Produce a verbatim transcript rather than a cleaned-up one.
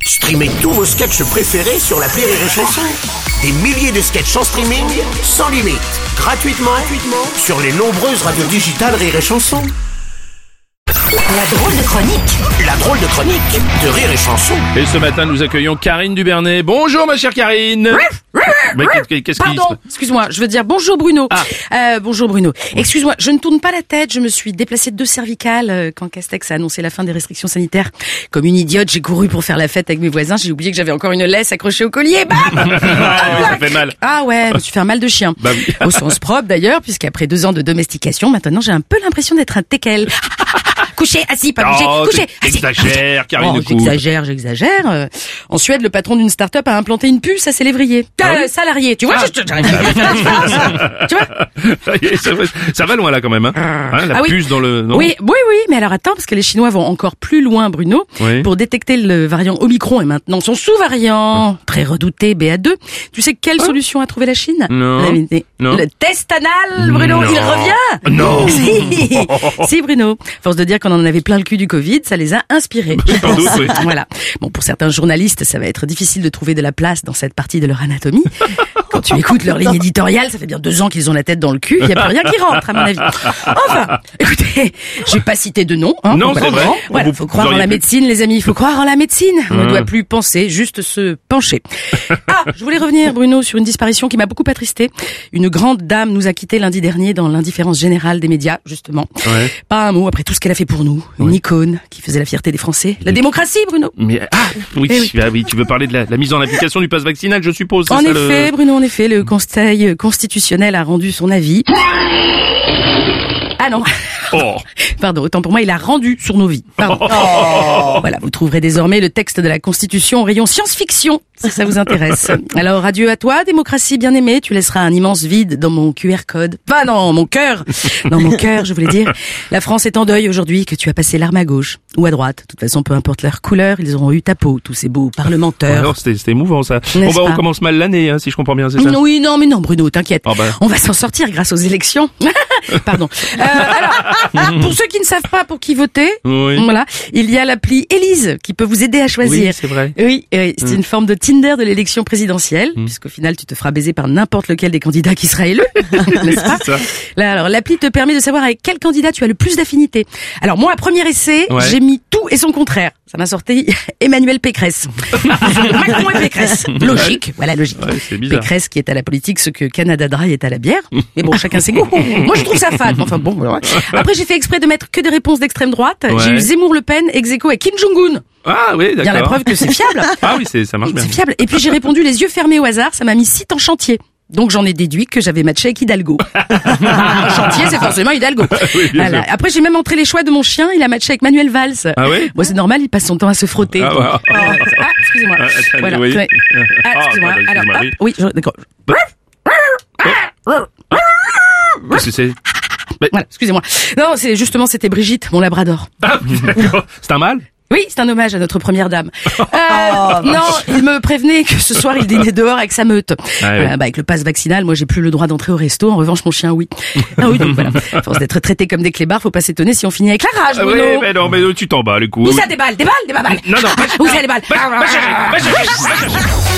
Streamez tous vos sketchs préférés sur l'appli Rire et Chanson. Des milliers de sketchs en streaming, sans limite, gratuitement, gratuitement sur les nombreuses radios digitales Rire et Chanson. La drôle de chronique. La drôle de chronique de Rire et Chanson. Et ce matin, nous accueillons Karine Dubernay. Bonjour, ma chère Karine. Mais qu'est-ce qu'est-ce qui Pardon, se- excuse-moi, je veux dire bonjour Bruno. Ah. Euh, bonjour Bruno. Excuse-moi, je ne tourne pas la tête, je me suis déplacée de deux cervicales euh, quand Castex a annoncé la fin des restrictions sanitaires. Comme une idiote, j'ai couru pour faire la fête avec mes voisins, j'ai oublié que j'avais encore une laisse accrochée au collier. Bam Ah, ça fait mal. Ah ouais, je me suis fait un mal de chien. Bah oui. Au sens propre d'ailleurs, puisqu'après deux ans de domestication, maintenant j'ai un peu l'impression d'être un teckel. Couché, assis, pas bougé, Oh, couché, t'es- assis. t'exagères, Karine Oh, de Couve. j'exagère, j'exagère. Euh, En Suède, le patron d'une start-up a implanté une puce à ses lévriers. Ah Euh, oui salarié, tu vois, Ah. je- j'arrive à faire la différence. Tu vois ça, va, ça va loin là quand même, hein, Hein, la Ah oui. puce dans le... Non Oui, oui, oui, mais alors attends, parce que les Chinois vont encore plus loin, Bruno, Oui. pour détecter le variant Omicron et maintenant son sous-variant, très redouté, B A deux. Tu sais quelle solution a trouvé la Chine? Non. La vérité. Non. Le test anal, Bruno, Non. il revient. Non. Si, si, Bruno. Force de dire qu'on en avait plein le cul du Covid, ça les a inspirés. je Sans pense. doute, oui. Voilà. Bon, pour certains journalistes, ça va être difficile de trouver de la place dans cette partie de leur anatomie. Quand tu écoutes leur ligne éditoriale, ça fait bien deux ans qu'ils ont la tête dans le cul, il n'y a plus rien qui rentre, à mon avis. Enfin, écoutez, j'ai pas cité de nom. Hein, Non, voilà. c'est vrai. Voilà, Vous- faut vous croire en auriez la pu. médecine, les amis, il faut croire en la médecine. On ne Hum. doit plus penser, juste se pencher. Ah, je voulais revenir, Bruno, sur une disparition qui m'a beaucoup attristé. Une grande dame nous a quittés lundi dernier dans l'indifférence générale des médias, justement. Ouais. Pas un mot après tout ce qu'elle a fait pour nous. Une Oui. icône qui faisait la fierté des Français. La démocratie, Bruno. Mais ah oui, Eh oui. ah oui, tu veux parler de la, la mise en application du pass vaccinal, je suppose. c'est En ça, effet, le... Bruno, en effet, le Conseil constitutionnel a rendu son avis. Ah non, Oh. pardon, autant pour moi, il a rendu sur nos vies. Pardon. Voilà, vous trouverez désormais le texte de la Constitution au rayon science-fiction, si ça vous intéresse. Alors, adieu à toi, démocratie bien-aimée, tu laisseras un immense vide dans mon Q R code. Pas dans mon cœur, dans mon cœur, je voulais dire. La France est en deuil aujourd'hui que tu as passé l'arme à gauche ou à droite. De toute façon, peu importe leur couleur, ils auront eu ta peau, tous ces beaux parlementaires. Alors, c'était c'était émouvant ça. Bon N'est-ce bah on pas commence mal l'année, hein, si je comprends bien, c'est ça. Oui, non, mais non, Bruno, t'inquiète. Ah bah. On va s'en sortir grâce aux élections. Pardon. Euh, alors, pour ceux qui ne savent pas pour qui voter, Oui. voilà, il y a l'appli Élise qui peut vous aider à choisir. Oui, c'est vrai. Oui, oui, c'est Mm. une forme de Tinder de l'élection présidentielle, Mm. puisqu'au final, tu te feras baiser par n'importe lequel des candidats qui sera élu, n'est-ce pas? C'est ça. Là, alors, l'appli te permet de savoir avec quel candidat tu as le plus d'affinité. Alors, moi, à premier essai, Ouais. j'ai mis tout et son contraire. Ça m'a sorti Emmanuel Pécresse. Macron et Pécresse. Logique, voilà, logique. Ouais, c'est bizarre. Pécresse qui est à la politique, ce que Canada Dry est à la bière. Mais bon, chacun ses goûts. Moi, je trouve ça fade. Enfin bon, voilà. Après, j'ai fait exprès de mettre que des réponses d'extrême droite. Ouais. J'ai eu Zemmour Le Pen, ex-aequo à Kim Jong-un. Ah oui, d'accord. Bien la preuve que c'est fiable. Ah oui, c'est ça marche bien. C'est fiable. Et puis, j'ai répondu les yeux fermés au hasard. Ça m'a mis site en chantier. Donc j'en ai déduit que j'avais matché avec Hidalgo. Un chantier, c'est forcément Hidalgo. Oui, bien Voilà. sûr. Après, j'ai même entré les choix de mon chien. Il a matché avec Manuel Valls. Ah oui? Bon, c'est normal, il passe son temps à se frotter. Ah, donc. ouais. Ah, excusez-moi. Ah, attendez, Voilà. oui. Ouais. Ah, Ah, excusez-moi. pardon, Alors, excusez-moi, hop, oui. oui, je- d'accord. Qu'est-ce que c'est? Mais- Voilà, excusez-moi. Non, c'est justement, c'était Brigitte, mon labrador. Ah, d'accord. C'est un mâle? Oui, c'est un hommage à notre première dame. Euh, non, il me prévenait que ce soir, il dînait dehors avec sa meute. Ah, Voilà, ouais. bah, avec le pass vaccinal, moi, j'ai plus le droit d'entrer au resto. En revanche, mon chien, oui. Ah oui, donc voilà. À force d'être traité comme des clébards, faut pas s'étonner si on finit avec la rage, Ah oui, Bruno. mais non, mais tu t'en bats les coups. Où ça déballe, déballe, déballe. Non, non, Où ça déballe. Va, va chercher, va chercher, va chercher.